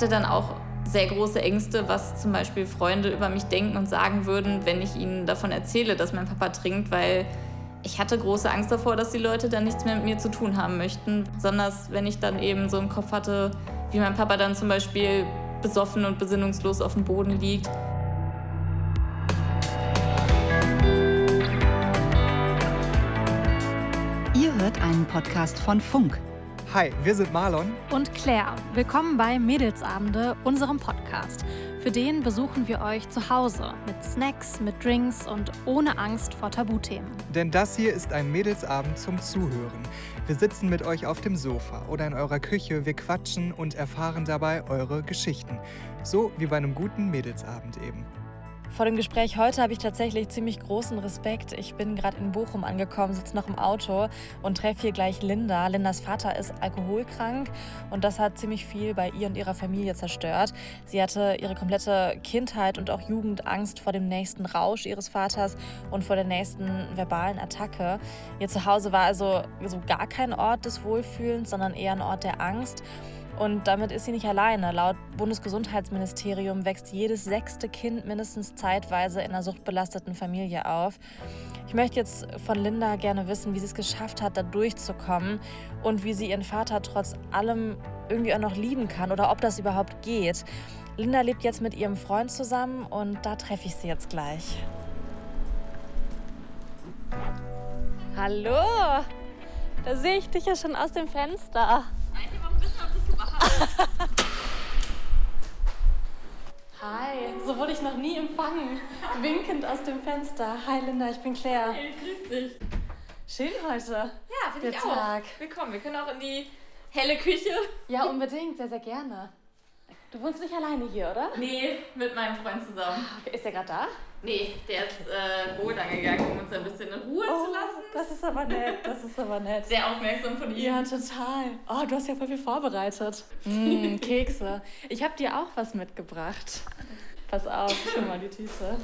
hatte dann auch sehr große Ängste, was zum Beispiel Freunde über mich denken und sagen würden, wenn ich ihnen davon erzähle, dass mein Papa trinkt, weil ich hatte große Angst davor, dass die Leute dann nichts mehr mit mir zu tun haben möchten. Besonders wenn ich dann eben so im Kopf hatte, wie mein Papa dann zum Beispiel besoffen und besinnungslos auf dem Boden liegt. Ihr hört einen Podcast von Funk. Hi, wir sind Marlon und Claire. Willkommen bei Mädelsabende, unserem Podcast. Für den besuchen wir euch zu Hause mit Snacks, mit Drinks und ohne Angst vor Tabuthemen. Denn das hier ist ein Mädelsabend zum Zuhören. Wir sitzen mit euch auf dem Sofa oder in eurer Küche, wir quatschen und erfahren dabei eure Geschichten. So wie bei einem guten Mädelsabend eben. Vor dem Gespräch heute habe ich tatsächlich ziemlich großen Respekt. Ich bin gerade in Bochum angekommen, sitze noch im Auto und treffe hier gleich Linda. Lindas Vater ist alkoholkrank und das hat ziemlich viel bei ihr und ihrer Familie zerstört. Sie hatte ihre komplette Kindheit und auch Jugend Angst vor dem nächsten Rausch ihres Vaters und vor der nächsten verbalen Attacke. Ihr Zuhause war also so gar kein Ort des Wohlfühlens, sondern eher ein Ort der Angst. Und damit ist sie nicht alleine. Laut Bundesgesundheitsministerium wächst jedes 6. Kind mindestens zeitweise in einer suchtbelasteten Familie auf. Ich möchte jetzt von Linda gerne wissen, wie sie es geschafft hat, da durchzukommen und wie sie ihren Vater trotz allem irgendwie auch noch lieben kann oder ob das überhaupt geht. Linda lebt jetzt mit ihrem Freund zusammen und da treffe ich sie jetzt gleich. Hallo, da sehe ich dich ja schon aus dem Fenster. Hi, so wurde ich noch nie empfangen. Winkend aus dem Fenster. Hi Linda, ich bin Claire. Hey, grüß dich. Schön heute. Ja, finde ich auch. Tag. Willkommen. Wir können auch in die helle Küche. Ja, unbedingt, sehr, sehr gerne. Du wohnst nicht alleine hier, oder? Nee, mit meinem Freund zusammen. Ist der gerade da? Nee, der ist Bouldern gegangen, um uns ein bisschen in Ruhe zu lassen. Das ist aber nett, das ist aber nett. Sehr aufmerksam von ihm. Ja, total. Oh, du hast ja voll viel vorbereitet. Kekse. Ich habe dir auch was mitgebracht. Pass auf, schon mal die Tüte.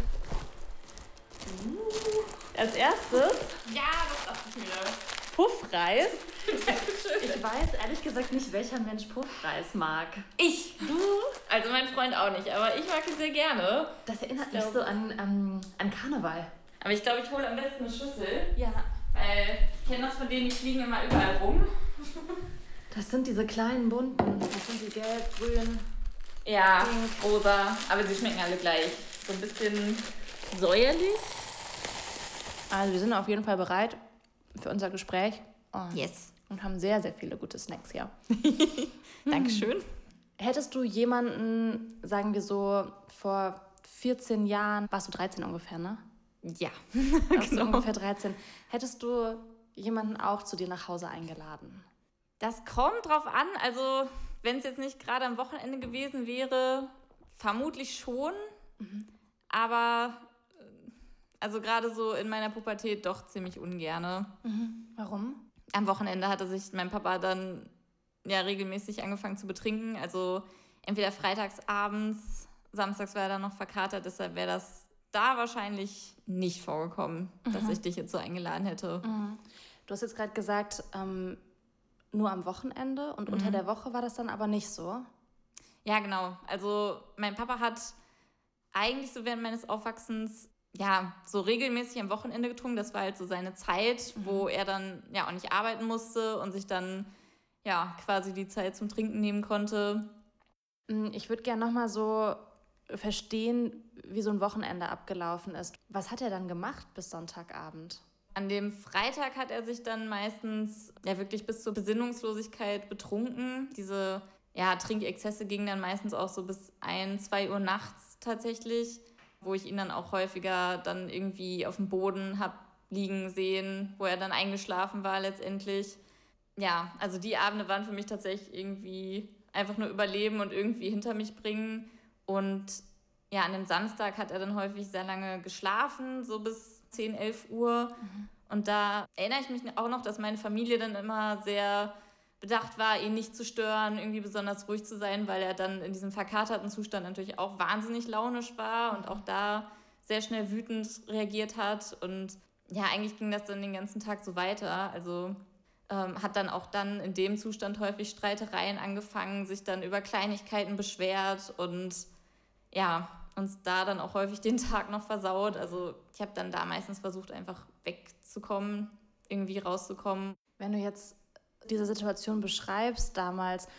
Als erstes Ja, das dachte ich mir. Puffreis. Dankeschön. Ich weiß ehrlich gesagt nicht, welcher Mensch Puffreis mag. Ich? Du? Also mein Freund auch nicht, aber ich mag ihn sehr gerne. Das erinnert mich so an Karneval. Aber ich glaube, ich hole am besten eine Schüssel. Ja. Weil ich kenne das von denen, die fliegen immer überall rum. Das sind diese kleinen bunten. Das sind die gelb, grün. Ja, rosa. Aber sie schmecken alle gleich. So ein bisschen säuerlich. Also wir sind auf jeden Fall bereit für unser Gespräch. Yes. Und haben sehr, sehr viele gute Snacks hier. Dankeschön. Hättest du jemanden, sagen wir so, vor 14 Jahren, warst du 13 ungefähr, ne? Ja, Warst du ungefähr 13. Hättest du jemanden auch zu dir nach Hause eingeladen? Das kommt drauf an. Also, wenn es jetzt nicht gerade am Wochenende gewesen wäre, vermutlich schon. Aber also gerade so in meiner Pubertät doch ziemlich ungerne. Warum? Am Wochenende hatte sich mein Papa dann ja regelmäßig angefangen zu betrinken. Also entweder freitags abends, samstags war er dann noch verkatert. Deshalb wäre das da wahrscheinlich nicht vorgekommen, dass ich dich jetzt so eingeladen hätte. Du hast jetzt gerade gesagt, nur am Wochenende und unter der Woche war das dann aber nicht so? Ja, genau. Also mein Papa hat eigentlich so während meines Aufwachsens ja so regelmäßig am Wochenende getrunken. Das war halt so seine Zeit, wo er dann ja auch nicht arbeiten musste und sich dann ja quasi die Zeit zum Trinken nehmen konnte. Ich würde gerne nochmal so verstehen, wie so ein Wochenende abgelaufen ist. Was hat er dann gemacht bis Sonntagabend? An dem Freitag hat er sich dann meistens ja wirklich bis zur Besinnungslosigkeit betrunken. Diese Trinkexzesse gingen dann meistens auch so bis 1, 2 Uhr nachts tatsächlich, wo ich ihn dann auch häufiger dann irgendwie auf dem Boden habe liegen sehen, wo er dann eingeschlafen war letztendlich. Ja, also die Abende waren für mich tatsächlich irgendwie einfach nur überleben und irgendwie hinter mich bringen. Und ja, an dem Samstag hat er dann häufig sehr lange geschlafen, so bis 10, 11 Uhr. Und da erinnere ich mich auch noch, dass meine Familie dann immer sehr bedacht war, ihn nicht zu stören, irgendwie besonders ruhig zu sein, weil er dann in diesem verkaterten Zustand natürlich auch wahnsinnig launisch war und auch da sehr schnell wütend reagiert hat. Und ja, eigentlich ging das dann den ganzen Tag so weiter. Also hat dann auch dann in dem Zustand häufig Streitereien angefangen, sich dann über Kleinigkeiten beschwert und ja, uns da dann auch häufig den Tag noch versaut. Also ich habe dann da meistens versucht, einfach wegzukommen, irgendwie rauszukommen. Wenn du jetzt diese Situation beschreibst damals,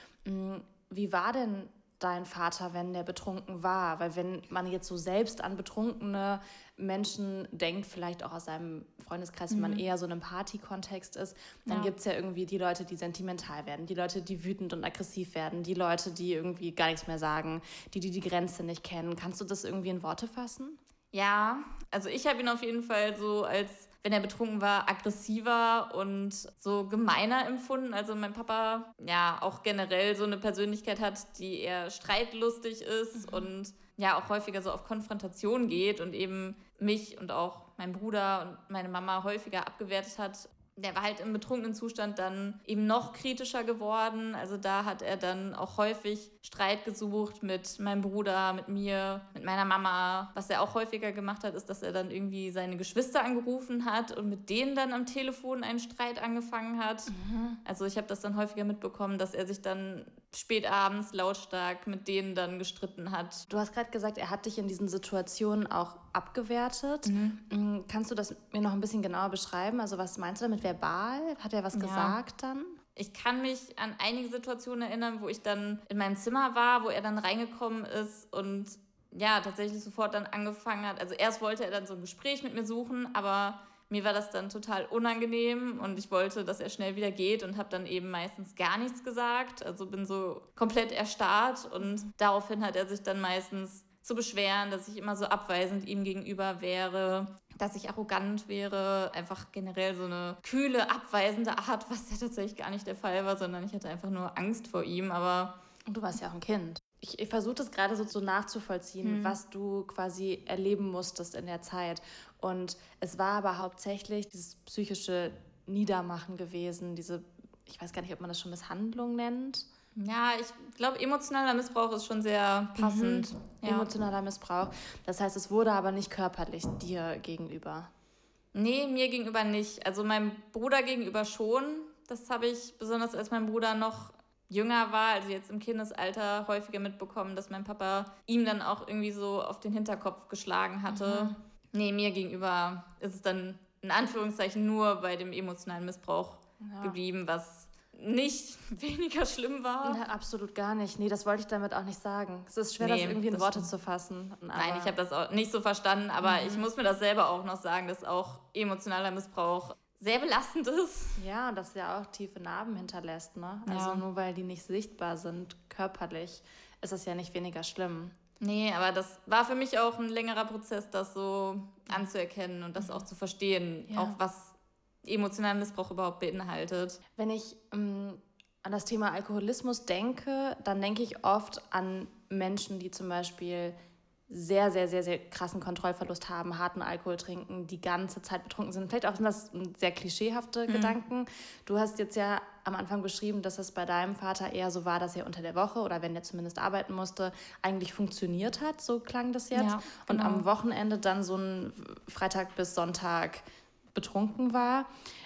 wie war denn dein Vater, wenn der betrunken war? Weil wenn man jetzt so selbst an betrunkene Menschen denkt, vielleicht auch aus seinem Freundeskreis, wenn man eher so in einem Party-Kontext ist, dann gibt es ja irgendwie die Leute, die sentimental werden, die Leute, die wütend und aggressiv werden, die Leute, die irgendwie gar nichts mehr sagen, die Grenze nicht kennen. Kannst du das irgendwie in Worte fassen? Ja, also ich habe ihn auf jeden Fall so als, wenn er betrunken war, aggressiver und so gemeiner empfunden. Also mein Papa ja auch generell so eine Persönlichkeit hat, die eher streitlustig ist und ja auch häufiger so auf Konfrontation geht und eben mich und auch meinen Bruder und meine Mama häufiger abgewertet hat. Der war halt im betrunkenen Zustand dann eben noch kritischer geworden. Also da hat er dann auch häufig Streit gesucht mit meinem Bruder, mit mir, mit meiner Mama. Was er auch häufiger gemacht hat, ist, dass er dann irgendwie seine Geschwister angerufen hat und mit denen dann am Telefon einen Streit angefangen hat. Also ich habe das dann häufiger mitbekommen, dass er sich dann spät abends lautstark mit denen dann gestritten hat. Du hast gerade gesagt, er hat dich in diesen Situationen auch abgewertet. Kannst du das mir noch ein bisschen genauer beschreiben? Also was meinst du damit verbal? Hat er was gesagt dann? Ich kann mich an einige Situationen erinnern, wo ich dann in meinem Zimmer war, wo er dann reingekommen ist und ja, tatsächlich sofort dann angefangen hat. Also erst wollte er dann so ein Gespräch mit mir suchen, aber mir war das dann total unangenehm und ich wollte, dass er schnell wieder geht und habe dann eben meistens gar nichts gesagt. Also bin so komplett erstarrt und daraufhin hat er sich dann meistens zu beschweren, dass ich immer so abweisend ihm gegenüber wäre, dass ich arrogant wäre, einfach generell so eine kühle, abweisende Art, was ja tatsächlich gar nicht der Fall war, sondern ich hatte einfach nur Angst vor ihm, aber... Und du warst ja auch ein Kind. Ich versuche das gerade so nachzuvollziehen, was du quasi erleben musstest in der Zeit. Und es war aber hauptsächlich dieses psychische Niedermachen gewesen, ich weiß gar nicht, ob man das schon Misshandlung nennt. Ja, ich glaube, emotionaler Missbrauch ist schon sehr passend. Ja. Emotionaler Missbrauch. Das heißt, es wurde aber nicht körperlich dir gegenüber. Nee, mir gegenüber nicht. Also meinem Bruder gegenüber schon. Das habe ich, besonders als mein Bruder noch jünger war, also jetzt im Kindesalter, häufiger mitbekommen, dass mein Papa ihm dann auch irgendwie so auf den Hinterkopf geschlagen hatte. Nee, mir gegenüber ist es dann in Anführungszeichen nur bei dem emotionalen Missbrauch geblieben, was nicht weniger schlimm war. Ja, absolut gar nicht. Nee, das wollte ich damit auch nicht sagen. Es ist schwer, das irgendwie in Worte zu fassen. Nein, ich habe das auch nicht so verstanden, aber ich muss mir das selber auch noch sagen, dass auch emotionaler Missbrauch sehr belastend ist. Ja, und das ja auch tiefe Narben hinterlässt, ne? Also nur weil die nicht sichtbar sind, körperlich, ist das ja nicht weniger schlimm. Nee, aber das war für mich auch ein längerer Prozess, das so anzuerkennen und das auch zu verstehen, auch was emotionalen Missbrauch überhaupt beinhaltet. Wenn ich an das Thema Alkoholismus denke, dann denke ich oft an Menschen, die zum Beispiel sehr, sehr, sehr, sehr krassen Kontrollverlust haben, harten Alkohol trinken, die ganze Zeit betrunken sind. Vielleicht auch sind das sehr klischeehafte Gedanken. Du hast jetzt ja am Anfang beschrieben, dass es bei deinem Vater eher so war, dass er unter der Woche oder wenn er zumindest arbeiten musste, eigentlich funktioniert hat. So klang das jetzt. Ja, genau. Und am Wochenende dann so ein Freitag bis Sonntag betrunken war.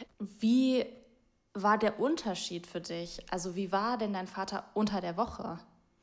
Wie war der Unterschied für dich? Also wie war denn dein Vater unter der Woche?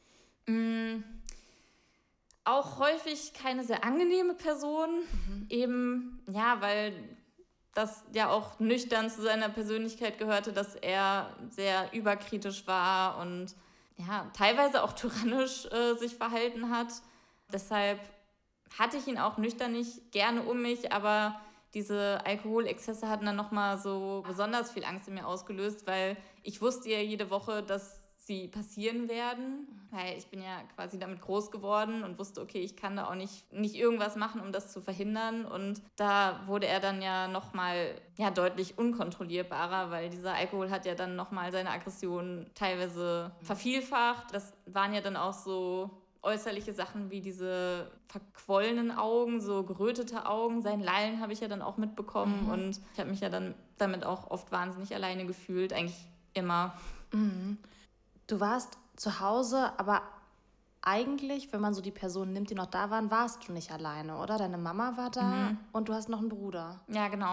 Auch häufig keine sehr angenehme Person. Eben, ja, weil das ja auch nüchtern zu seiner Persönlichkeit gehörte, dass er sehr überkritisch war und ja, teilweise auch tyrannisch sich verhalten hat. Deshalb hatte ich ihn auch nüchtern nicht gerne um mich, aber diese Alkoholexzesse hatten dann nochmal so besonders viel Angst in mir ausgelöst, weil ich wusste ja jede Woche, dass sie passieren werden, weil ich bin ja quasi damit groß geworden und wusste, okay, ich kann da auch nicht irgendwas machen, um das zu verhindern. Und da wurde er dann ja nochmal deutlich unkontrollierbarer, weil dieser Alkohol hat ja dann nochmal seine Aggression teilweise vervielfacht. Das waren ja dann auch so äußerliche Sachen wie diese verquollenen Augen, so gerötete Augen. Sein Lallen habe ich ja dann auch mitbekommen und ich habe mich ja dann damit auch oft wahnsinnig alleine gefühlt, eigentlich immer. Du warst zu Hause, aber eigentlich, wenn man so die Personen nimmt, die noch da waren, warst du nicht alleine, oder? Deine Mama war da und du hast noch einen Bruder. Ja, genau.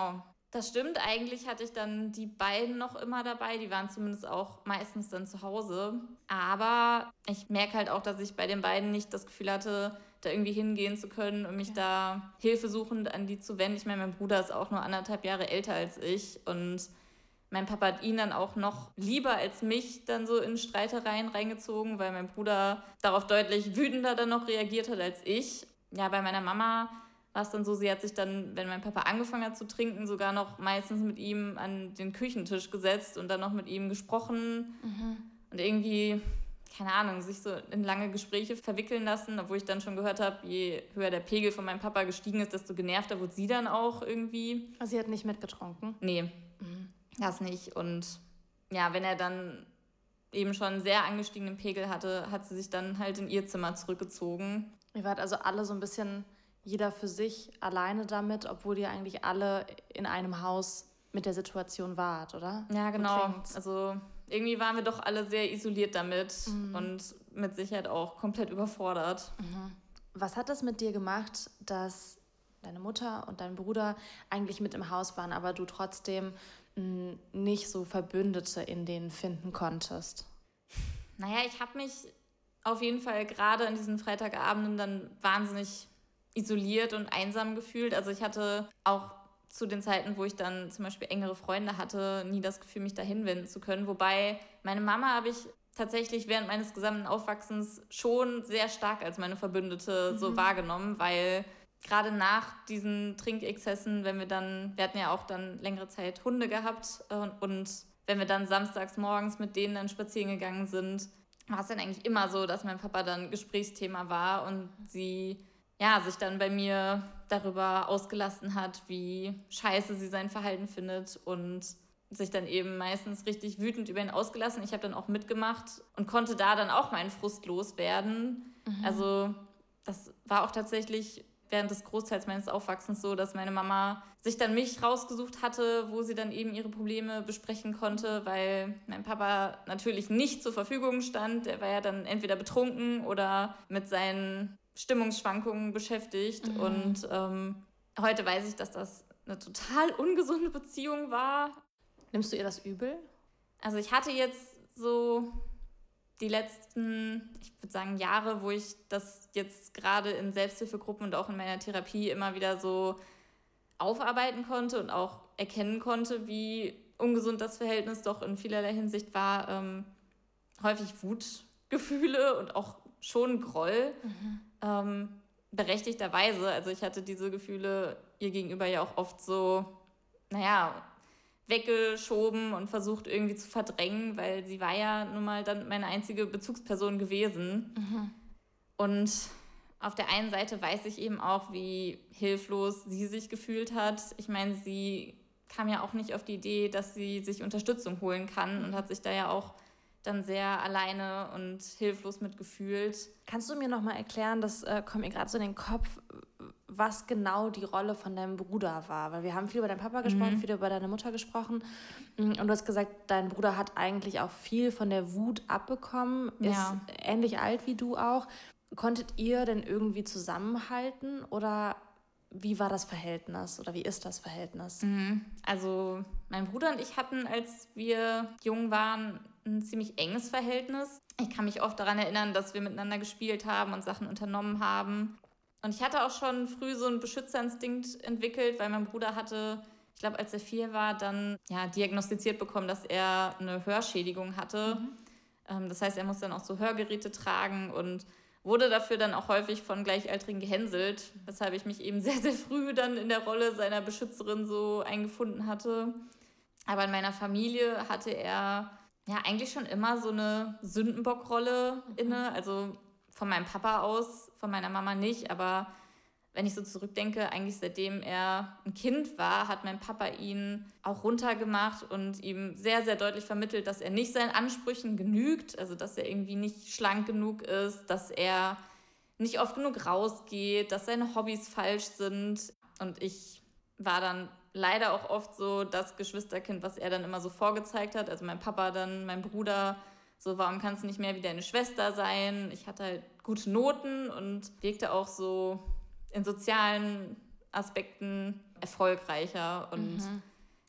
Das stimmt, eigentlich hatte ich dann die beiden noch immer dabei, die waren zumindest auch meistens dann zu Hause. Aber ich merke halt auch, dass ich bei den beiden nicht das Gefühl hatte, da irgendwie hingehen zu können und mich da hilfesuchend an die zu wenden. Ich meine, mein Bruder ist auch nur 1,5 Jahre älter als ich und mein Papa hat ihn dann auch noch lieber als mich dann so in Streitereien reingezogen, weil mein Bruder darauf deutlich wütender dann noch reagiert hat als ich. Ja, bei meiner Mama war es dann so, sie hat sich dann, wenn mein Papa angefangen hat zu trinken, sogar noch meistens mit ihm an den Küchentisch gesetzt und dann noch mit ihm gesprochen und irgendwie, keine Ahnung, sich so in lange Gespräche verwickeln lassen, obwohl ich dann schon gehört habe, je höher der Pegel von meinem Papa gestiegen ist, desto genervter wurde sie dann auch irgendwie. Also sie hat nicht mitgetrunken? Nee, das nicht. Und ja, wenn er dann eben schon einen sehr angestiegenen Pegel hatte, hat sie sich dann halt in ihr Zimmer zurückgezogen. Ihr wart also alle so ein bisschen jeder für sich alleine damit, obwohl ihr eigentlich alle in einem Haus mit der Situation wart, oder? Ja, genau. Also irgendwie waren wir doch alle sehr isoliert damit und mit Sicherheit auch komplett überfordert. Was hat das mit dir gemacht, dass deine Mutter und dein Bruder eigentlich mit im Haus waren, aber du trotzdem nicht so Verbündete in denen finden konntest? Naja, ich habe mich auf jeden Fall gerade an diesen Freitagabenden dann wahnsinnig isoliert und einsam gefühlt. Also ich hatte auch zu den Zeiten, wo ich dann zum Beispiel engere Freunde hatte, nie das Gefühl, mich da hinwenden zu können. Wobei meine Mama habe ich tatsächlich während meines gesamten Aufwachsens schon sehr stark als meine Verbündete so wahrgenommen, weil gerade nach diesen Trinkexzessen, wir hatten ja auch dann längere Zeit Hunde gehabt und wenn wir dann samstags morgens mit denen dann spazieren gegangen sind, war es dann eigentlich immer so, dass mein Papa dann Gesprächsthema war und sie sich dann bei mir darüber ausgelassen hat, wie scheiße sie sein Verhalten findet und sich dann eben meistens richtig wütend über ihn ausgelassen. Ich habe dann auch mitgemacht und konnte da dann auch meinen Frust loswerden. Also das war auch tatsächlich während des Großteils meines Aufwachsens so, dass meine Mama sich dann mich rausgesucht hatte, wo sie dann eben ihre Probleme besprechen konnte, weil mein Papa natürlich nicht zur Verfügung stand. Der war ja dann entweder betrunken oder mit seinen Stimmungsschwankungen beschäftigt. Und heute weiß ich, dass das eine total ungesunde Beziehung war. Nimmst du ihr das übel? Also ich hatte jetzt so die letzten, ich würde sagen, Jahre, wo ich das jetzt gerade in Selbsthilfegruppen und auch in meiner Therapie immer wieder so aufarbeiten konnte und auch erkennen konnte, wie ungesund das Verhältnis doch in vielerlei Hinsicht war. Häufig Wutgefühle und auch schon Groll. Berechtigterweise. Also ich hatte diese Gefühle ihr gegenüber ja auch oft so, weggeschoben und versucht irgendwie zu verdrängen, weil sie war ja nun mal dann meine einzige Bezugsperson gewesen. Und auf der einen Seite weiß ich eben auch, wie hilflos sie sich gefühlt hat. Ich meine, sie kam ja auch nicht auf die Idee, dass sie sich Unterstützung holen kann und hat sich da ja auch dann sehr alleine und hilflos mitgefühlt. Kannst du mir noch mal erklären, das kommt mir gerade so in den Kopf, was genau die Rolle von deinem Bruder war? Weil wir haben viel über deinen Papa gesprochen, viel über deine Mutter gesprochen. Und du hast gesagt, dein Bruder hat eigentlich auch viel von der Wut abbekommen, ist ähnlich alt wie du auch. Konntet ihr denn irgendwie zusammenhalten oder wie war das Verhältnis oder wie ist das Verhältnis? Also mein Bruder und ich hatten, als wir jung waren, ein ziemlich enges Verhältnis. Ich kann mich oft daran erinnern, dass wir miteinander gespielt haben und Sachen unternommen haben. Und ich hatte auch schon früh so einen Beschützerinstinkt entwickelt, weil mein Bruder hatte, ich glaube, als er 4 war, dann diagnostiziert bekommen, dass er eine Hörschädigung hatte. Das heißt, er musste dann auch so Hörgeräte tragen und wurde dafür dann auch häufig von Gleichaltrigen gehänselt, weshalb ich mich eben sehr, sehr früh dann in der Rolle seiner Beschützerin so eingefunden hatte. Aber in meiner Familie hatte er eigentlich schon immer so eine Sündenbockrolle inne. Also von meinem Papa aus, von meiner Mama nicht. Aber wenn ich so zurückdenke, eigentlich seitdem er ein Kind war, hat mein Papa ihn auch runtergemacht und ihm sehr, sehr deutlich vermittelt, dass er nicht seinen Ansprüchen genügt. Also dass er irgendwie nicht schlank genug ist, dass er nicht oft genug rausgeht, dass seine Hobbys falsch sind. Und ich war dann leider auch oft so das Geschwisterkind, was er dann immer so vorgezeigt hat. Also mein Papa dann, mein Bruder, so, warum kannst du nicht mehr wie deine Schwester sein? Ich hatte halt gute Noten und wirkte auch so in sozialen Aspekten erfolgreicher. Und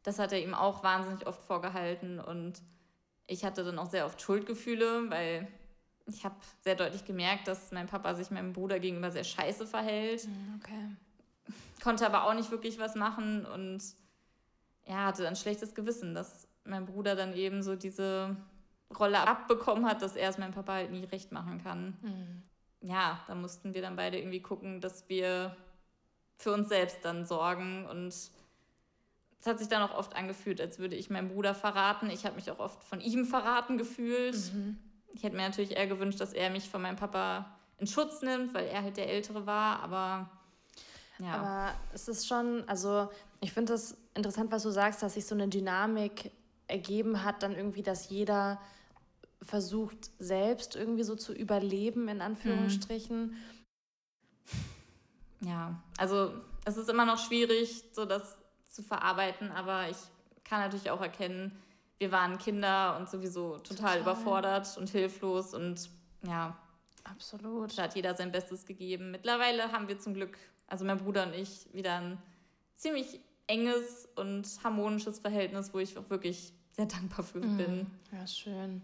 Das hat er ihm auch wahnsinnig oft vorgehalten und ich hatte dann auch sehr oft Schuldgefühle, weil ich habe sehr deutlich gemerkt, dass mein Papa sich meinem Bruder gegenüber sehr scheiße verhält. Okay. Konnte aber auch nicht wirklich was machen und ja, hatte dann schlechtes Gewissen, dass mein Bruder dann eben so diese Rolle abbekommen hat, dass er es meinem Papa halt nie recht machen kann. Ja, da mussten wir dann beide irgendwie gucken, dass wir für uns selbst dann sorgen und es hat sich dann auch oft angefühlt, als würde ich meinen Bruder verraten. Ich habe mich auch oft von ihm verraten gefühlt. Ich hätte mir natürlich eher gewünscht, dass er mich von meinem Papa in Schutz nimmt, weil er halt der Ältere war, aber ja. Aber es ist schon, also ich finde das interessant, was du sagst, dass sich so eine Dynamik ergeben hat, dann irgendwie, dass jeder versucht, selbst irgendwie so zu überleben, in Anführungsstrichen. Ja, also es ist immer noch schwierig, so das zu verarbeiten, aber ich kann natürlich auch erkennen, wir waren Kinder und sowieso total überfordert und hilflos und ja, absolut. Da hat jeder sein Bestes gegeben. Mittlerweile haben wir zum Glück, also mein Bruder und ich, wieder ein ziemlich enges und harmonisches Verhältnis, wo ich auch wirklich sehr dankbar für bin. Ja, schön.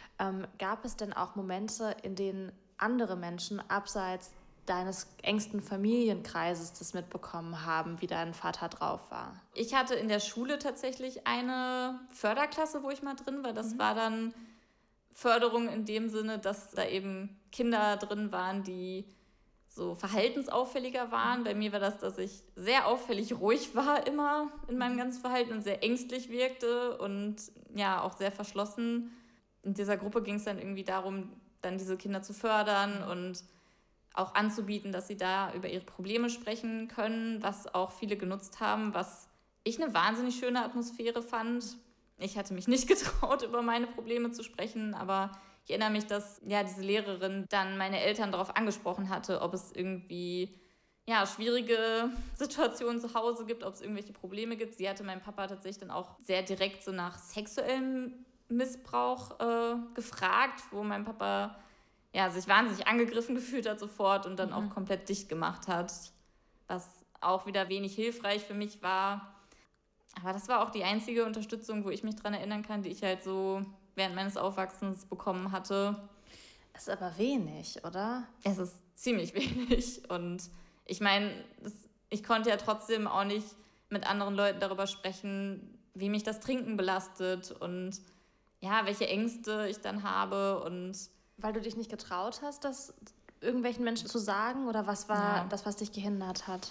Gab es denn auch Momente, in denen andere Menschen abseits deines engsten Familienkreises das mitbekommen haben, wie dein Vater drauf war? Ich hatte in der Schule tatsächlich eine Förderklasse, wo ich mal drin war. Das war dann Förderung in dem Sinne, dass da eben Kinder drin waren, die so verhaltensauffälliger waren. Bei mir war das, dass ich sehr auffällig ruhig war immer in meinem ganzen Verhalten und sehr ängstlich wirkte und ja, auch sehr verschlossen. In dieser Gruppe ging es dann irgendwie darum, dann diese Kinder zu fördern und auch anzubieten, dass sie da über ihre Probleme sprechen können, was auch viele genutzt haben, was ich eine wahnsinnig schöne Atmosphäre fand. Ich hatte mich nicht getraut, über meine Probleme zu sprechen, aber ich erinnere mich, dass ja diese Lehrerin dann meine Eltern darauf angesprochen hatte, ob es irgendwie ja, schwierige Situationen zu Hause gibt, ob es irgendwelche Probleme gibt. Sie hatte meinen Papa tatsächlich dann auch sehr direkt so nach sexuellem Missbrauch gefragt, wo mein Papa ja, sich wahnsinnig angegriffen gefühlt hat sofort und dann auch komplett dicht gemacht hat, was auch wieder wenig hilfreich für mich war. Aber das war auch die einzige Unterstützung, wo ich mich dran erinnern kann, die ich halt so während meines Aufwachsens bekommen hatte. Ist aber wenig, oder? Es ist ziemlich wenig und ich meine, ich konnte ja trotzdem auch nicht mit anderen Leuten darüber sprechen, wie mich das Trinken belastet und ja, welche Ängste ich dann habe und weil du dich nicht getraut hast, das irgendwelchen Menschen zu sagen? Oder was war das, was dich gehindert hat?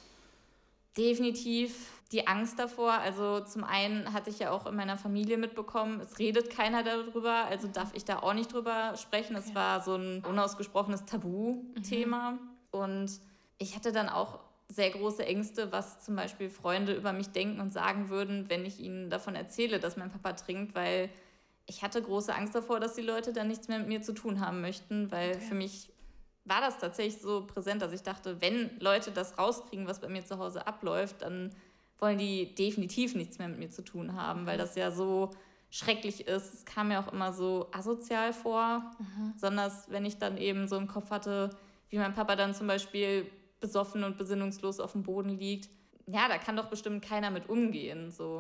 Definitiv die Angst davor. Also zum einen hatte ich ja auch in meiner Familie mitbekommen, es redet keiner darüber, also darf ich da auch nicht drüber sprechen. Es war so ein unausgesprochenes Tabuthema. Und ich hatte dann auch sehr große Ängste, was zum Beispiel Freunde über mich denken und sagen würden, wenn ich ihnen davon erzähle, dass mein Papa trinkt, weil ich hatte große Angst davor, dass die Leute dann nichts mehr mit mir zu tun haben möchten, weil für mich war das tatsächlich so präsent, dass ich dachte, wenn Leute das rauskriegen, was bei mir zu Hause abläuft, dann wollen die definitiv nichts mehr mit mir zu tun haben, weil das ja so schrecklich ist. Es kam mir auch immer so asozial vor, besonders wenn ich dann eben so im Kopf hatte, wie mein Papa dann zum Beispiel besoffen und besinnungslos auf dem Boden liegt. Ja, da kann doch bestimmt keiner mit umgehen. So.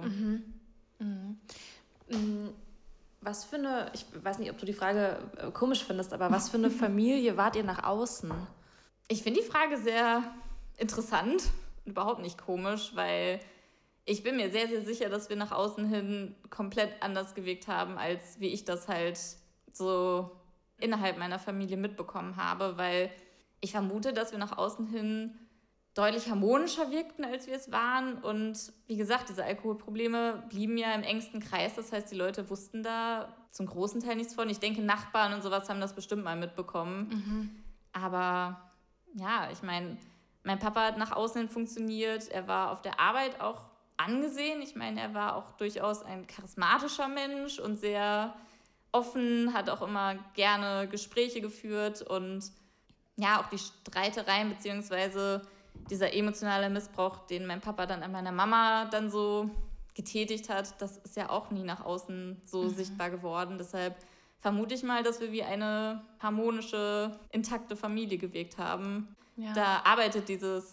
Was für eine, ich weiß nicht, ob du die Frage komisch findest, aber was für eine Familie wart ihr nach außen? Ich finde die Frage sehr interessant und überhaupt nicht komisch, weil ich bin mir sehr, sehr sicher, dass wir nach außen hin komplett anders gewirkt haben, als wie ich das halt so innerhalb meiner Familie mitbekommen habe, weil ich vermute, dass wir nach außen hin deutlich harmonischer wirkten, als wir es waren. Und wie gesagt, diese Alkoholprobleme blieben ja im engsten Kreis. Das heißt, die Leute wussten da zum großen Teil nichts von. Ich denke, Nachbarn und sowas haben das bestimmt mal mitbekommen. Aber ja, ich meine, mein Papa hat nach außen hin funktioniert. Er war auf der Arbeit auch angesehen. Ich meine, er war auch durchaus ein charismatischer Mensch und sehr offen, hat auch immer gerne Gespräche geführt. Und ja, auch die Streitereien beziehungsweise dieser emotionale Missbrauch, den mein Papa dann an meiner Mama dann so getätigt hat, das ist ja auch nie nach außen so sichtbar geworden. Deshalb vermute ich mal, dass wir wie eine harmonische, intakte Familie gewirkt haben. Ja. Da arbeitet dieses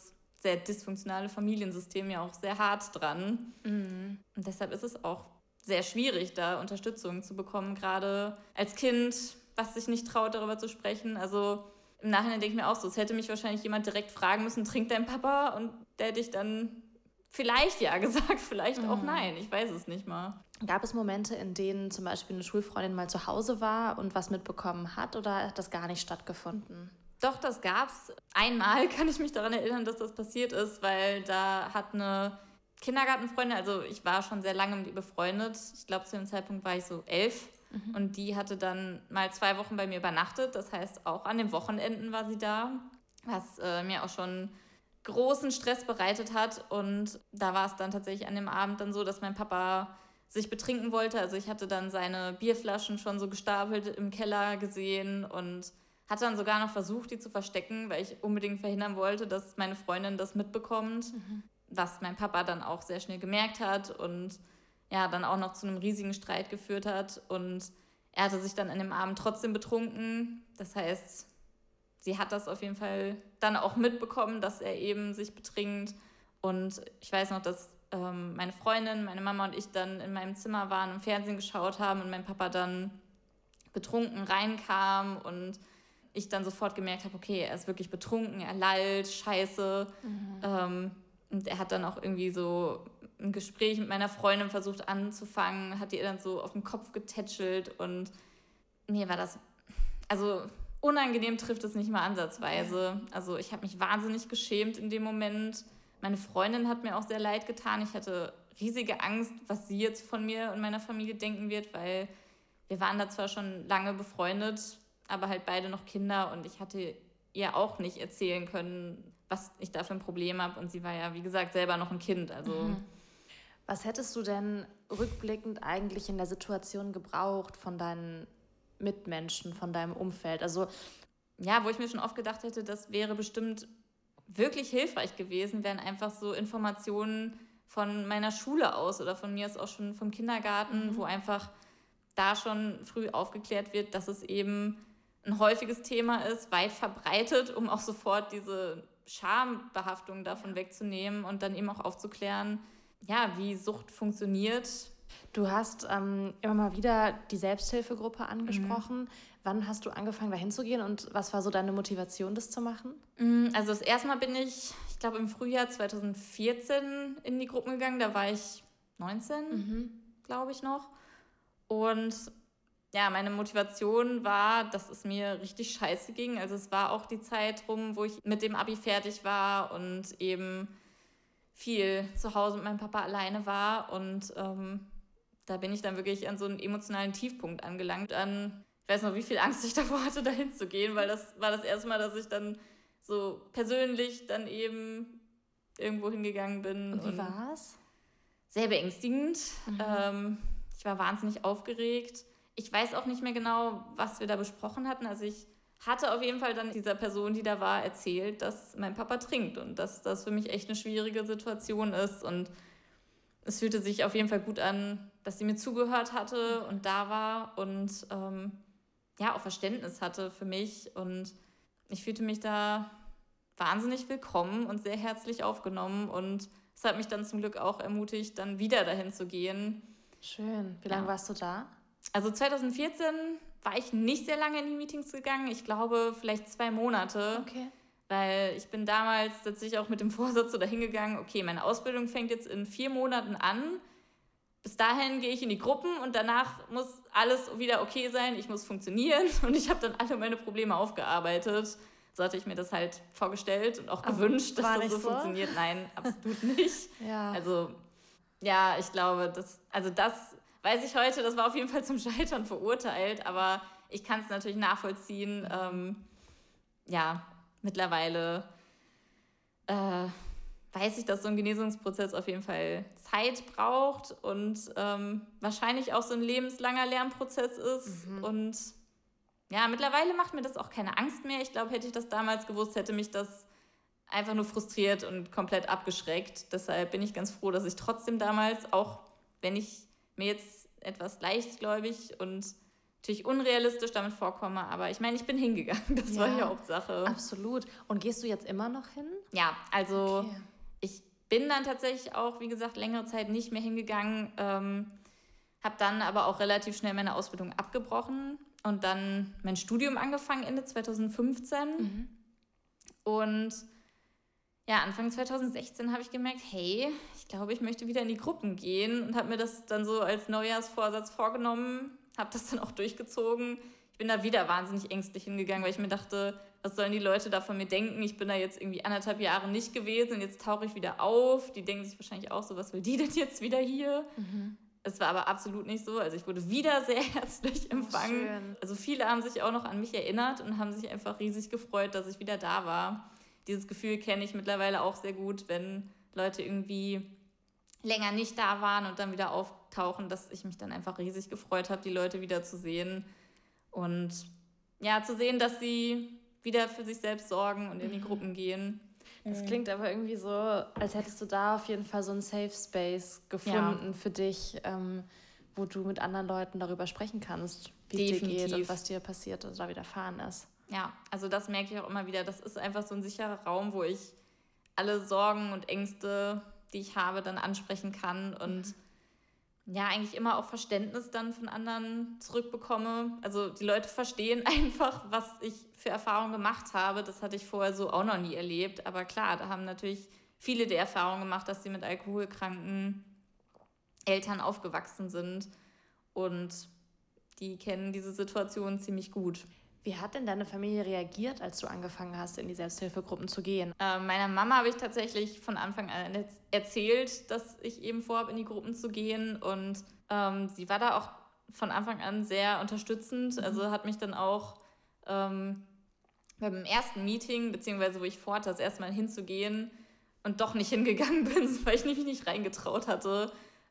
sehr dysfunktionale Familiensystem ja auch sehr hart dran. Und deshalb ist es auch sehr schwierig, da Unterstützung zu bekommen, gerade als Kind, was sich nicht traut, darüber zu sprechen. Also im Nachhinein denke ich mir auch so, es hätte mich wahrscheinlich jemand direkt fragen müssen, trinkt dein Papa? Und der hätte ich dann vielleicht ja gesagt, vielleicht auch nein. Ich weiß es nicht mal. Gab es Momente, in denen zum Beispiel eine Schulfreundin mal zu Hause war und was mitbekommen hat, oder hat das gar nicht stattgefunden? Doch, das gab's. Einmal kann ich mich daran erinnern, dass das passiert ist, weil da hat eine Kindergartenfreundin, also ich war schon sehr lange mit ihr befreundet. Ich glaube, zu dem Zeitpunkt war ich so 11. Und die hatte dann mal 2 Wochen bei mir übernachtet. Das heißt, auch an den Wochenenden war sie da, was mir auch schon großen Stress bereitet hat. Und da war es dann tatsächlich an dem Abend dann so, dass mein Papa sich betrinken wollte. Also ich hatte dann seine Bierflaschen schon so gestapelt im Keller gesehen und hatte dann sogar noch versucht, die zu verstecken, weil ich unbedingt verhindern wollte, dass meine Freundin das mitbekommt, was mein Papa dann auch sehr schnell gemerkt hat und ja, dann auch noch zu einem riesigen Streit geführt hat. Und er hatte sich dann an dem Abend trotzdem betrunken. Das heißt, sie hat das auf jeden Fall dann auch mitbekommen, dass er eben sich betrinkt. Und ich weiß noch, dass meine Freundin, meine Mama und ich dann in meinem Zimmer waren und Fernsehen geschaut haben und mein Papa dann betrunken reinkam und ich dann sofort gemerkt habe, okay, er ist wirklich betrunken, er lallt, scheiße. Und er hat dann auch irgendwie so ein Gespräch mit meiner Freundin versucht anzufangen, hat ihr dann so auf den Kopf getätschelt und mir war das, also unangenehm trifft es nicht mal ansatzweise. Also ich habe mich wahnsinnig geschämt in dem Moment. Meine Freundin hat mir auch sehr leid getan. Ich hatte riesige Angst, was sie jetzt von mir und meiner Familie denken wird, weil wir waren da zwar schon lange befreundet, aber halt beide noch Kinder und ich hatte ihr auch nicht erzählen können, was ich da für ein Problem habe. Und sie war ja, wie gesagt, selber noch ein Kind. Also Was hättest du denn rückblickend eigentlich in der Situation gebraucht von deinen Mitmenschen, von deinem Umfeld? Also ja, wo ich mir schon oft gedacht hätte, das wäre bestimmt wirklich hilfreich gewesen, wären einfach so Informationen von meiner Schule aus oder von mir aus auch schon vom Kindergarten, wo einfach da schon früh aufgeklärt wird, dass es eben ein häufiges Thema ist, weit verbreitet, um auch sofort diese Schambehaftung davon wegzunehmen und dann eben auch aufzuklären, ja, wie Sucht funktioniert. du hast immer mal wieder die Selbsthilfegruppe angesprochen. Wann hast du angefangen, da hinzugehen und was war so deine Motivation, das zu machen? Also das erste Mal bin ich glaube im Frühjahr 2014 in die Gruppen gegangen, da war ich 19, glaube ich noch. Und ja, meine Motivation war, dass es mir richtig scheiße ging. Also es war auch die Zeit rum, wo ich mit dem Abi fertig war und eben viel zu Hause mit meinem Papa alleine war. Und da bin ich dann wirklich an so einen emotionalen Tiefpunkt angelangt. Ich weiß noch, wie viel Angst ich davor hatte, dahin zu gehen, weil das war das erste Mal, dass ich dann so persönlich dann eben irgendwo hingegangen bin. Und wie war's? Sehr beängstigend. Ich war wahnsinnig aufgeregt. Ich weiß auch nicht mehr genau, was wir da besprochen hatten. Also ich hatte auf jeden Fall dann dieser Person, die da war, erzählt, dass mein Papa trinkt und dass das für mich echt eine schwierige Situation ist. Und es fühlte sich auf jeden Fall gut an, dass sie mir zugehört hatte und da war und ja, auch Verständnis hatte für mich. Und ich fühlte mich da wahnsinnig willkommen und sehr herzlich aufgenommen. Und es hat mich dann zum Glück auch ermutigt, dann wieder dahin zu gehen. Schön. Wie lange warst du da? Also 2014 war ich nicht sehr lange in die Meetings gegangen. Ich glaube, vielleicht 2 Monate. Okay. Weil ich bin damals tatsächlich auch mit dem Vorsatz so dahin gegangen, okay, meine Ausbildung fängt jetzt in 4 Monaten an. Bis dahin gehe ich in die Gruppen und danach muss alles wieder okay sein. Ich muss funktionieren und ich habe dann alle meine Probleme aufgearbeitet. So hatte ich mir das halt vorgestellt und auch gewünscht, dass das so funktioniert. Nein, absolut nicht. Ja. Also ja, ich glaube, das weiß ich heute, das war auf jeden Fall zum Scheitern verurteilt, aber ich kann es natürlich nachvollziehen. Ja, mittlerweile weiß ich, dass so ein Genesungsprozess auf jeden Fall Zeit braucht und wahrscheinlich auch so ein lebenslanger Lernprozess ist. Und ja, mittlerweile macht mir das auch keine Angst mehr. Ich glaube, hätte ich das damals gewusst, hätte mich das einfach nur frustriert und komplett abgeschreckt. Deshalb bin ich ganz froh, dass ich trotzdem damals, auch wenn ich mir jetzt etwas leichtgläubig und natürlich unrealistisch damit vorkomme, aber ich meine, ich bin hingegangen, das war die Hauptsache. Absolut. Und gehst du jetzt immer noch hin? Ja, also ich bin dann tatsächlich auch, wie gesagt, längere Zeit nicht mehr hingegangen, habe dann aber auch relativ schnell meine Ausbildung abgebrochen und dann mein Studium angefangen Ende 2015. Und ja, Anfang 2016 habe ich gemerkt, hey, ich glaube, ich möchte wieder in die Gruppen gehen und habe mir das dann so als Neujahrsvorsatz vorgenommen, habe das dann auch durchgezogen. Ich bin da wieder wahnsinnig ängstlich hingegangen, weil ich mir dachte, was sollen die Leute da von mir denken? Ich bin da jetzt irgendwie 1,5 Jahre nicht gewesen und jetzt tauche ich wieder auf. Die denken sich wahrscheinlich auch so, was will die denn jetzt wieder hier? Es war aber absolut nicht so. Also ich wurde wieder sehr herzlich empfangen. Schön. Also viele haben sich auch noch an mich erinnert und haben sich einfach riesig gefreut, dass ich wieder da war. Dieses Gefühl kenne ich mittlerweile auch sehr gut, wenn Leute irgendwie länger nicht da waren und dann wieder auftauchen, dass ich mich dann einfach riesig gefreut habe, die Leute wieder zu sehen. Und ja, zu sehen, dass sie wieder für sich selbst sorgen und in die Gruppen gehen. Das klingt aber irgendwie so, als hättest du da auf jeden Fall so einen Safe Space gefunden für dich, wo du mit anderen Leuten darüber sprechen kannst, wie es dir geht und was dir passiert oder widerfahren ist. Ja, also das merke ich auch immer wieder. Das ist einfach so ein sicherer Raum, wo ich alle Sorgen und Ängste, die ich habe, dann ansprechen kann und ja, eigentlich immer auch Verständnis dann von anderen zurückbekomme. Also die Leute verstehen einfach, was ich für Erfahrungen gemacht habe. Das hatte ich vorher so auch noch nie erlebt. Aber klar, da haben natürlich viele die Erfahrung gemacht, dass sie mit alkoholkranken Eltern aufgewachsen sind. Und die kennen diese Situation ziemlich gut. Wie hat denn deine Familie reagiert, als du angefangen hast, in die Selbsthilfegruppen zu gehen? Meiner Mama habe ich tatsächlich von Anfang an erzählt, dass ich eben vorhabe, in die Gruppen zu gehen. Und sie war da auch von Anfang an sehr unterstützend. Also hat mich dann auch beim ersten Meeting, beziehungsweise wo ich vorhatte, das erste Mal hinzugehen und doch nicht hingegangen bin, weil ich mich nicht reingetraut hatte.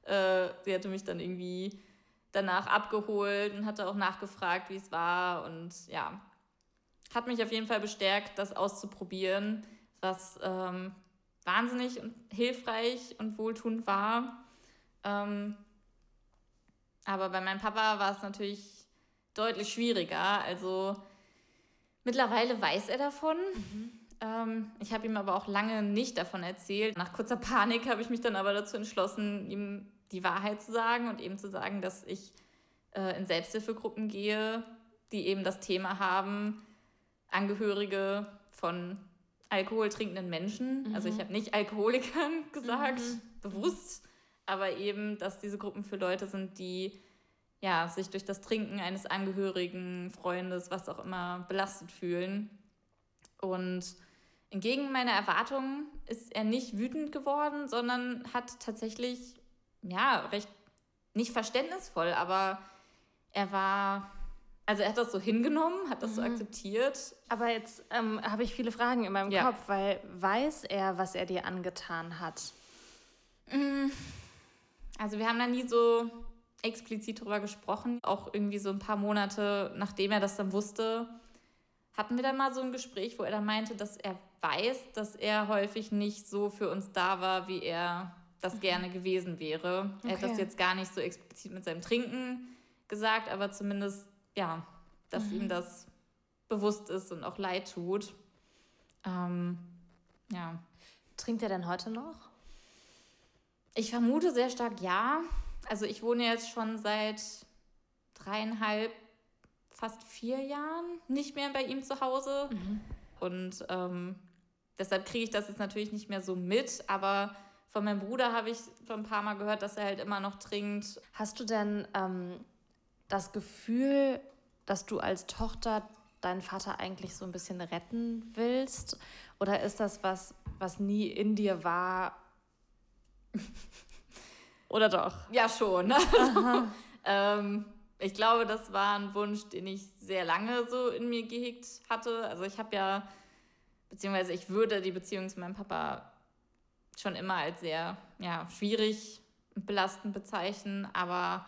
Sie hatte mich dann irgendwie danach abgeholt und hatte auch nachgefragt, wie es war und ja, hat mich auf jeden Fall bestärkt, das auszuprobieren, was wahnsinnig und hilfreich und wohltuend war. Aber bei meinem Papa war es natürlich deutlich schwieriger. Also mittlerweile weiß er davon. Ich habe ihm aber auch lange nicht davon erzählt. Nach kurzer Panik habe ich mich dann aber dazu entschlossen, ihm die Wahrheit zu sagen und eben zu sagen, dass ich in Selbsthilfegruppen gehe, die eben das Thema haben, Angehörige von alkoholtrinkenden Menschen. Also ich habe nicht Alkoholikern gesagt, bewusst, aber eben, dass diese Gruppen für Leute sind, die ja, sich durch das Trinken eines Angehörigen, Freundes, was auch immer, belastet fühlen. Und entgegen meiner Erwartungen ist er nicht wütend geworden, sondern hat tatsächlich recht, nicht verständnisvoll, aber er hat das so hingenommen, hat das so akzeptiert. Aber jetzt habe ich viele Fragen in meinem Kopf, weil weiß er, was er dir angetan hat? Also wir haben da nie so explizit drüber gesprochen. Auch irgendwie so ein paar Monate, nachdem er das dann wusste, hatten wir dann mal so ein Gespräch, wo er dann meinte, dass er weiß, dass er häufig nicht so für uns da war, wie er das gerne gewesen wäre. Er hat das jetzt gar nicht so explizit mit seinem Trinken gesagt, aber zumindest, ja, dass ihm das bewusst ist und auch leid tut. Ja. Trinkt er denn heute noch? Ich vermute sehr stark ja. Also ich wohne jetzt schon seit 3,5, fast 4 Jahren nicht mehr bei ihm zu Hause. Und deshalb kriege ich das jetzt natürlich nicht mehr so mit, aber von meinem Bruder habe ich schon ein paar Mal gehört, dass er halt immer noch trinkt. Hast du denn das Gefühl, dass du als Tochter deinen Vater eigentlich so ein bisschen retten willst? Oder ist das was nie in dir war? Oder doch? Ja, schon. Ich glaube, das war ein Wunsch, den ich sehr lange so in mir gehegt hatte. Also ich würde die Beziehung zu meinem Papa schon immer als sehr schwierig und belastend bezeichnen, aber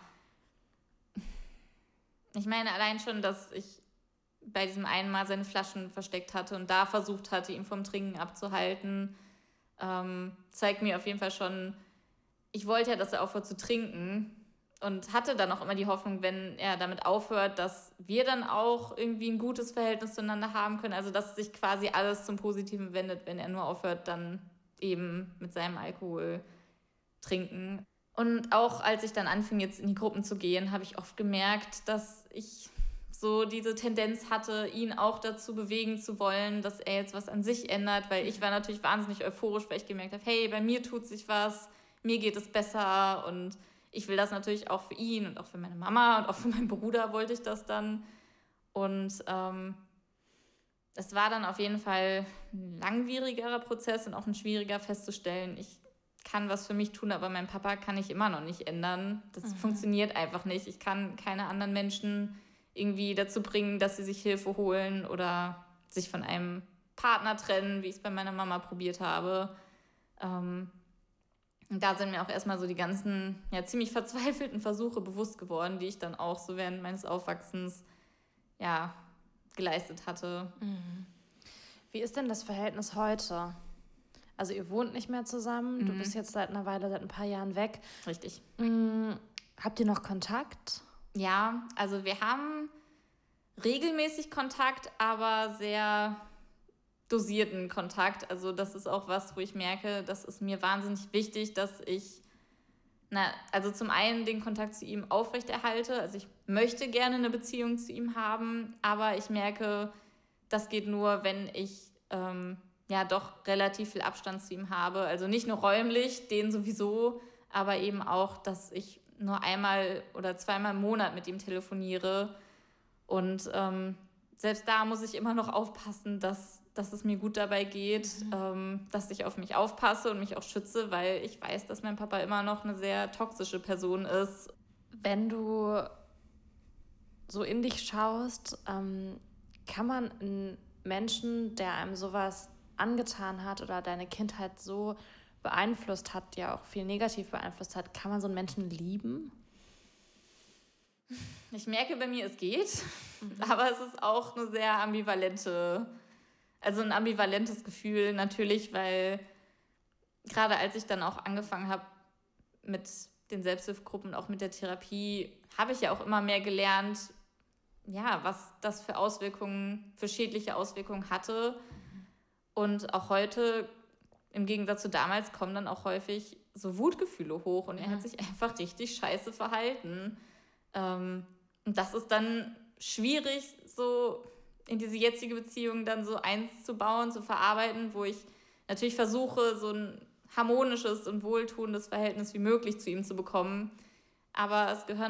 ich meine allein schon, dass ich bei diesem einen Mal seine Flaschen versteckt hatte und da versucht hatte, ihn vom Trinken abzuhalten, zeigt mir auf jeden Fall schon, ich wollte ja, dass er aufhört zu trinken Und hatte dann auch immer die Hoffnung, wenn er damit aufhört, dass wir dann auch irgendwie ein gutes Verhältnis zueinander haben können. Also dass sich quasi alles zum Positiven wendet, wenn er nur aufhört, dann eben mit seinem Alkohol trinken. Und auch als ich dann anfing, jetzt in die Gruppen zu gehen, habe ich oft gemerkt, dass ich so diese Tendenz hatte, ihn auch dazu bewegen zu wollen, dass er jetzt was an sich ändert, weil ich war natürlich wahnsinnig euphorisch, weil ich gemerkt habe, hey, bei mir tut sich was, mir geht es besser und ich will das natürlich auch für ihn und auch für meine Mama und auch für meinen Bruder wollte ich das dann. Und es war dann auf jeden Fall ein langwierigerer Prozess und auch ein schwieriger festzustellen, ich kann was für mich tun, aber mein Papa kann ich immer noch nicht ändern. Das funktioniert einfach nicht. Ich kann keine anderen Menschen irgendwie dazu bringen, dass sie sich Hilfe holen oder sich von einem Partner trennen, wie ich es bei meiner Mama probiert habe. Und da sind mir auch erstmal so die ganzen ziemlich verzweifelten Versuche bewusst geworden, die ich dann auch so während meines Aufwachsens geleistet hatte. Wie ist denn das Verhältnis heute? Also ihr wohnt nicht mehr zusammen, du bist jetzt seit einer Weile, seit ein paar Jahren weg. Richtig. Habt ihr noch Kontakt? Ja, also wir haben regelmäßig Kontakt, aber sehr dosierten Kontakt. Also das ist auch was, wo ich merke, das ist mir wahnsinnig wichtig, dass ich also zum einen den Kontakt zu ihm aufrechterhalte. Also ich möchte gerne eine Beziehung zu ihm haben, aber ich merke, das geht nur, wenn ich doch relativ viel Abstand zu ihm habe. Also nicht nur räumlich, den sowieso, aber eben auch, dass ich nur einmal oder zweimal im Monat mit ihm telefoniere. Und selbst da muss ich immer noch aufpassen, dass es mir gut dabei geht, dass ich auf mich aufpasse und mich auch schütze, weil ich weiß, dass mein Papa immer noch eine sehr toxische Person ist. Wenn du so in dich schaust, kann man einen Menschen, der einem sowas angetan hat oder deine Kindheit so beeinflusst hat, ja auch viel negativ beeinflusst hat, kann man so einen Menschen lieben? Ich merke bei mir, es geht, aber es ist auch eine sehr ein ambivalentes Gefühl natürlich, weil gerade als ich dann auch angefangen habe mit den Selbsthilfegruppen, auch mit der Therapie, habe ich ja auch immer mehr gelernt, was das für schädliche Auswirkungen hatte. Und auch heute, im Gegensatz zu damals, kommen dann auch häufig so Wutgefühle hoch und er hat sich einfach richtig scheiße verhalten. Und das ist dann schwierig, so in diese jetzige Beziehung dann so einzubauen, zu verarbeiten, wo ich natürlich versuche, so ein harmonisches und wohltuendes Verhältnis wie möglich zu ihm zu bekommen. Aber es gehört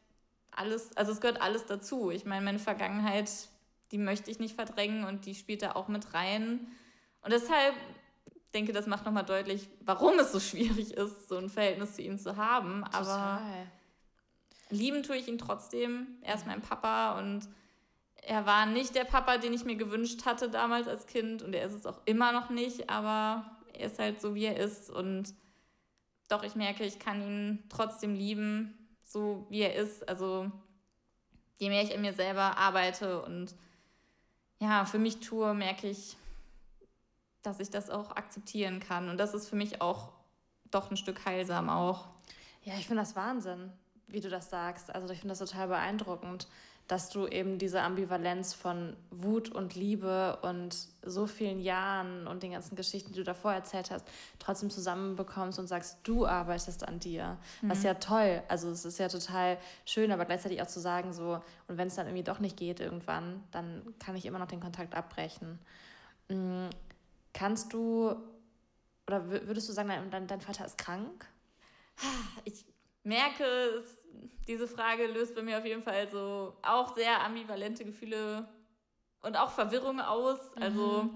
alles dazu. Ich meine, meine Vergangenheit, die möchte ich nicht verdrängen und die spielt da auch mit rein. Und deshalb denke, das macht nochmal deutlich, warum es so schwierig ist, so ein Verhältnis zu ihm zu haben. Total. Aber lieben tue ich ihn trotzdem. Er ist mein Papa und er war nicht der Papa, den ich mir gewünscht hatte damals als Kind. Und er ist es auch immer noch nicht, aber er ist halt so, wie er ist. Und doch, ich merke, ich kann ihn trotzdem lieben, so wie er ist. Also je mehr ich an mir selber arbeite und für mich tue, merke ich, dass ich das auch akzeptieren kann. Und das ist für mich auch doch ein Stück heilsam auch. Ja, ich finde das Wahnsinn, wie du das sagst. Also ich finde das total beeindruckend, dass du eben diese Ambivalenz von Wut und Liebe und so vielen Jahren und den ganzen Geschichten, die du davor erzählt hast, trotzdem zusammenbekommst und sagst, du arbeitest an dir. Das ist ja toll. Also es ist ja total schön, aber gleichzeitig auch zu sagen so, und wenn es dann irgendwie doch nicht geht irgendwann, dann kann ich immer noch den Kontakt abbrechen. Kannst du, oder würdest du sagen, dein Vater ist krank? Ich merke, diese Frage löst bei mir auf jeden Fall so auch sehr ambivalente Gefühle und auch Verwirrung aus. Also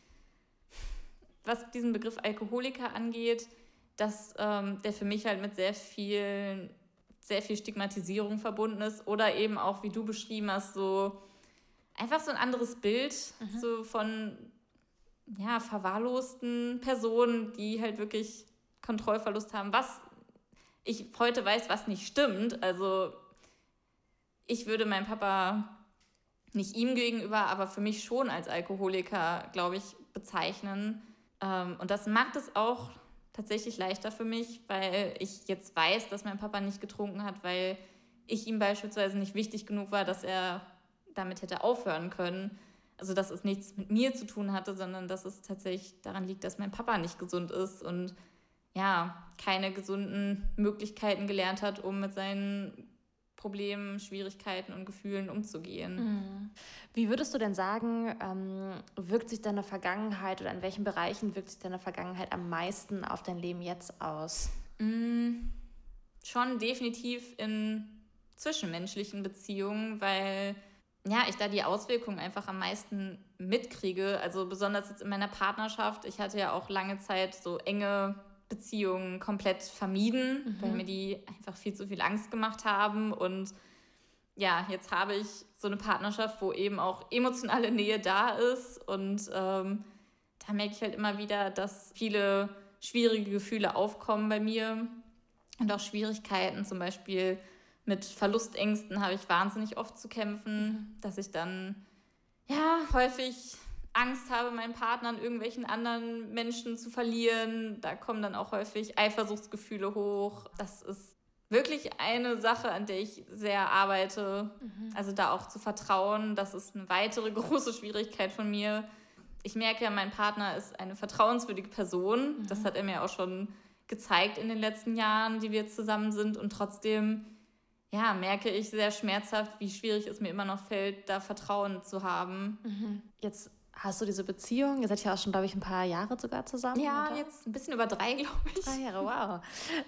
was diesen Begriff Alkoholiker angeht, dass der für mich halt mit sehr viel Stigmatisierung verbunden ist oder eben auch, wie du beschrieben hast, so einfach so ein anderes Bild so von verwahrlosten Personen, die halt wirklich Kontrollverlust haben, was ich heute weiß, was nicht stimmt. Also ich würde meinen Papa nicht ihm gegenüber, aber für mich schon als Alkoholiker, glaube ich, bezeichnen. Und das macht es auch tatsächlich leichter für mich, weil ich jetzt weiß, dass mein Papa nicht getrunken hat, weil ich ihm beispielsweise nicht wichtig genug war, dass er damit hätte aufhören können. Also dass es nichts mit mir zu tun hatte, sondern dass es tatsächlich daran liegt, dass mein Papa nicht gesund ist und ja, keine gesunden Möglichkeiten gelernt hat, um mit seinen Problemen, Schwierigkeiten und Gefühlen umzugehen. Wie würdest du denn sagen, wirkt sich deine Vergangenheit oder in welchen Bereichen wirkt sich deine Vergangenheit am meisten auf dein Leben jetzt aus? Schon definitiv in zwischenmenschlichen Beziehungen, weil ja, ich da die Auswirkungen einfach am meisten mitkriege. Also besonders jetzt in meiner Partnerschaft. Ich hatte ja auch lange Zeit so enge Beziehungen komplett vermieden, weil mir die einfach viel zu viel Angst gemacht haben. Und ja, jetzt habe ich so eine Partnerschaft, wo eben auch emotionale Nähe da ist. Und da merke ich halt immer wieder, dass viele schwierige Gefühle aufkommen bei mir und auch Schwierigkeiten, zum Beispiel mit Verlustängsten habe ich wahnsinnig oft zu kämpfen, dass ich dann ja häufig Angst habe, meinen Partner an irgendwelchen anderen Menschen zu verlieren. Da kommen dann auch häufig Eifersuchtsgefühle hoch. Das ist wirklich eine Sache, an der ich sehr arbeite. Also da auch zu vertrauen, das ist eine weitere große Schwierigkeit von mir. Ich merke ja, mein Partner ist eine vertrauenswürdige Person. Das hat er mir auch schon gezeigt in den letzten Jahren, die wir jetzt zusammen sind. Und trotzdem ja, merke ich sehr schmerzhaft, wie schwierig es mir immer noch fällt, da Vertrauen zu haben. Jetzt hast du diese Beziehung, ihr seid ja auch schon, glaube ich, ein paar Jahre sogar zusammen. Ja, oder? jetzt ein bisschen über 3, glaube ich. 3 Jahre, wow.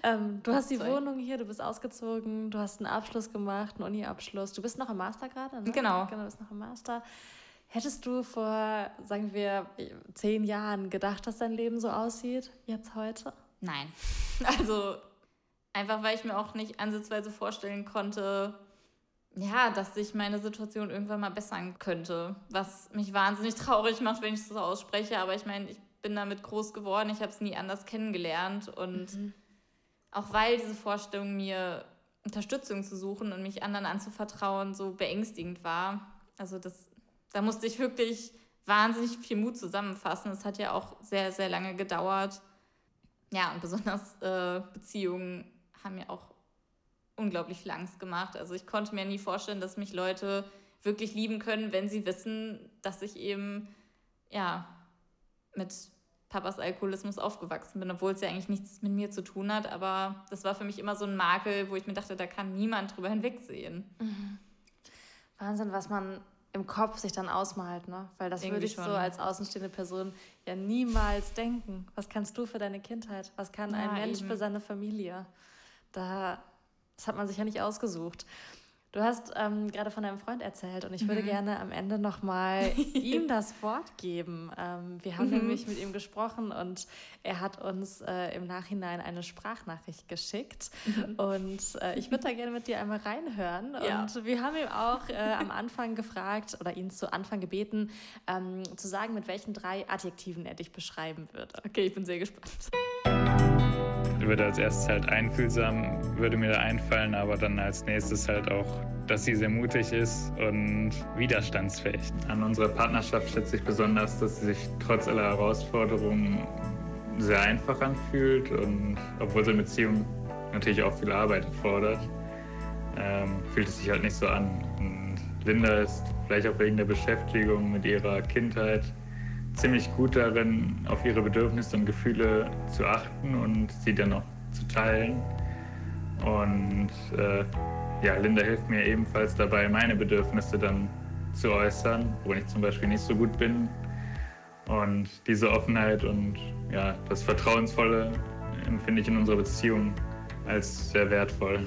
Du hast die Wohnung hier, du bist ausgezogen, du hast einen Abschluss gemacht, einen Uni-Abschluss. Du bist noch im Master gerade, ne? Genau. Genau, du bist noch im Master. Hättest du vor, sagen wir, 10 Jahren gedacht, dass dein Leben so aussieht, jetzt heute? Nein. Also einfach, weil ich mir auch nicht ansatzweise vorstellen konnte, ja, dass sich meine Situation irgendwann mal bessern könnte. Was mich wahnsinnig traurig macht, wenn ich das so ausspreche. Aber ich meine, ich bin damit groß geworden. Ich habe es nie anders kennengelernt. Und auch weil diese Vorstellung, mir Unterstützung zu suchen und mich anderen anzuvertrauen, so beängstigend war. Also da musste ich wirklich wahnsinnig viel Mut zusammenfassen. Es hat ja auch sehr, sehr lange gedauert. Ja, und besonders Beziehungen haben mir auch unglaublich viel Angst gemacht. Also ich konnte mir nie vorstellen, dass mich Leute wirklich lieben können, wenn sie wissen, dass ich eben ja mit Papas Alkoholismus aufgewachsen bin, obwohl es ja eigentlich nichts mit mir zu tun hat. Aber das war für mich immer so ein Makel, wo ich mir dachte, da kann niemand drüber hinwegsehen. Wahnsinn, was man im Kopf sich dann ausmalt, ne? Weil das Irgendwie würde ich schon. so als außenstehende Person ja niemals denken. Was kannst du für deine Kindheit? Was kann ein Mensch eben für seine Familie? Das hat man sich ja nicht ausgesucht. Du hast gerade von deinem Freund erzählt und ich würde gerne am Ende nochmal ihm das Wort geben. Wir haben nämlich mit ihm gesprochen und er hat uns im Nachhinein eine Sprachnachricht geschickt. Und ich würde da gerne mit dir einmal reinhören. Ja. Und wir haben ihm auch am Anfang gefragt oder ihn zu Anfang gebeten, zu sagen, mit welchen 3 Adjektiven er dich beschreiben würde. Okay, ich bin sehr gespannt. Ich würde als erstes halt einfühlsam, würde mir da einfallen, aber dann als nächstes halt auch, dass sie sehr mutig ist und widerstandsfähig. An unserer Partnerschaft schätze ich besonders, dass sie sich trotz aller Herausforderungen sehr einfach anfühlt und obwohl so eine Beziehung natürlich auch viel Arbeit erfordert, fühlt es sich halt nicht so an. Und Linda ist vielleicht auch wegen der Beschäftigung mit ihrer Kindheit ziemlich gut darin, auf ihre Bedürfnisse und Gefühle zu achten und sie dann auch zu teilen. Und ja, Linda hilft mir ebenfalls dabei, meine Bedürfnisse dann zu äußern, wo ich zum Beispiel nicht so gut bin. Und diese Offenheit und ja, das Vertrauensvolle empfinde ich in unserer Beziehung als sehr wertvoll.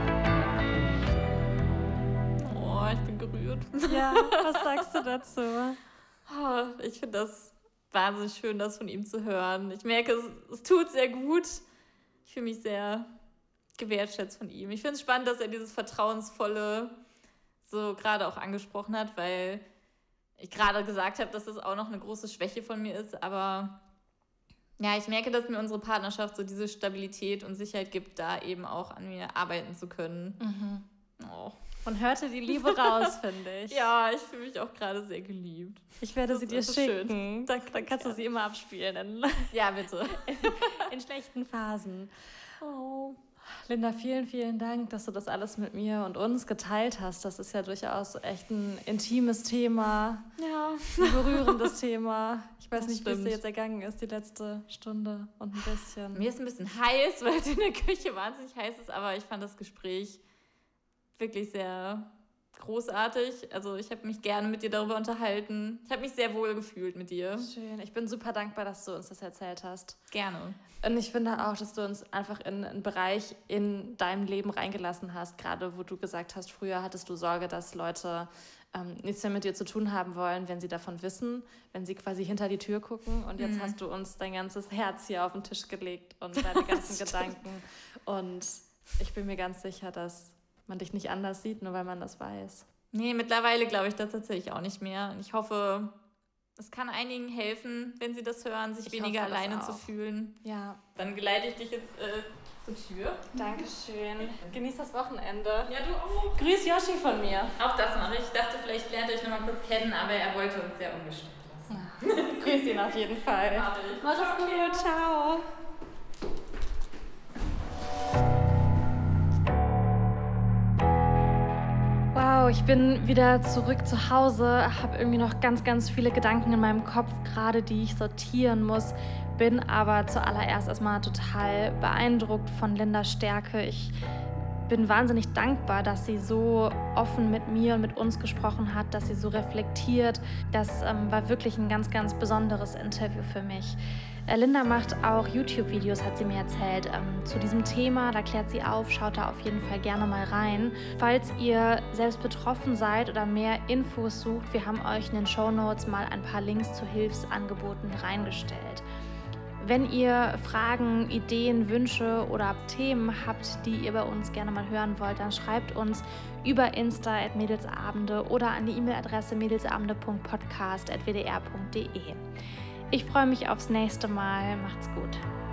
Oh, ich bin gerührt. Ja, was sagst du dazu? Oh, ich finde das wahnsinnig schön, das von ihm zu hören. Ich merke, es tut sehr gut. Ich fühle mich sehr gewertschätzt von ihm. Ich finde es spannend, dass er dieses Vertrauensvolle so gerade auch angesprochen hat, weil ich gerade gesagt habe, dass das auch noch eine große Schwäche von mir ist. Aber ja, ich merke, dass mir unsere Partnerschaft so diese Stabilität und Sicherheit gibt, da eben auch an mir arbeiten zu können. Oh. Man hörte die Liebe raus, finde ich. Ja, ich fühle mich auch gerade sehr geliebt. Ich werde sie dir ist schön. schicken. Dann kannst du sie immer abspielen Ja, bitte. in schlechten Phasen. Oh. Linda, vielen, vielen Dank, dass du das alles mit mir und uns geteilt hast. Das ist ja durchaus echt ein intimes Thema, Ja. ein berührendes Thema. Ich weiß Das nicht, wie es stimmt. dir jetzt ergangen ist, die letzte Stunde und ein bisschen. Mir ist ein bisschen heiß, weil es in der Küche wahnsinnig heiß ist, aber ich fand das Gespräch wirklich sehr großartig. Also ich habe mich gerne mit dir darüber unterhalten. Ich habe mich sehr wohl gefühlt mit dir. Schön. Ich bin super dankbar, dass du uns das erzählt hast. Gerne. Und ich finde auch, dass du uns einfach in einen Bereich in deinem Leben reingelassen hast, gerade wo du gesagt hast, früher hattest du Sorge, dass Leute nichts mehr mit dir zu tun haben wollen, wenn sie davon wissen, wenn sie quasi hinter die Tür gucken. Und jetzt hast du uns dein ganzes Herz hier auf den Tisch gelegt und deine ganzen Gedanken. Und ich bin mir ganz sicher, dass man dich nicht anders sieht, nur weil man das weiß. Nee, mittlerweile glaube ich das tatsächlich auch nicht mehr. Und ich hoffe, es kann einigen helfen, wenn sie das hören, sich Ich weniger hoffe das alleine auch. zu fühlen. Ja, Dann geleite ich dich jetzt zur Tür. Dankeschön. Genieß das Wochenende. Ja, du auch. Grüß Yoshi von mir. Auch das mache ich. Ich dachte, vielleicht lernt ihr euch noch mal kurz kennen, aber er wollte uns sehr ungeschickt lassen. Grüß ihn auf jeden Fall. Mach ich. Mach es gut. Ciao. Wow, ich bin wieder zurück zu Hause, habe irgendwie noch ganz, ganz viele Gedanken in meinem Kopf, gerade die ich sortieren muss, bin aber zuallererst erstmal total beeindruckt von Lindas Stärke. Ich bin wahnsinnig dankbar, dass sie so offen mit mir und mit uns gesprochen hat, dass sie so reflektiert. Das war wirklich ein ganz, ganz besonderes Interview für mich. Linda macht auch YouTube-Videos, hat sie mir erzählt, zu diesem Thema. Da klärt sie auf, schaut da auf jeden Fall gerne mal rein. Falls ihr selbst betroffen seid oder mehr Infos sucht, wir haben euch in den Shownotes mal ein paar Links zu Hilfsangeboten reingestellt. Wenn ihr Fragen, Ideen, Wünsche oder Themen habt, die ihr bei uns gerne mal hören wollt, dann schreibt uns über Insta @mädelsabende oder an die E-Mail-Adresse mädelsabende.podcast@wdr.de. Ich freue mich aufs nächste Mal. Macht's gut.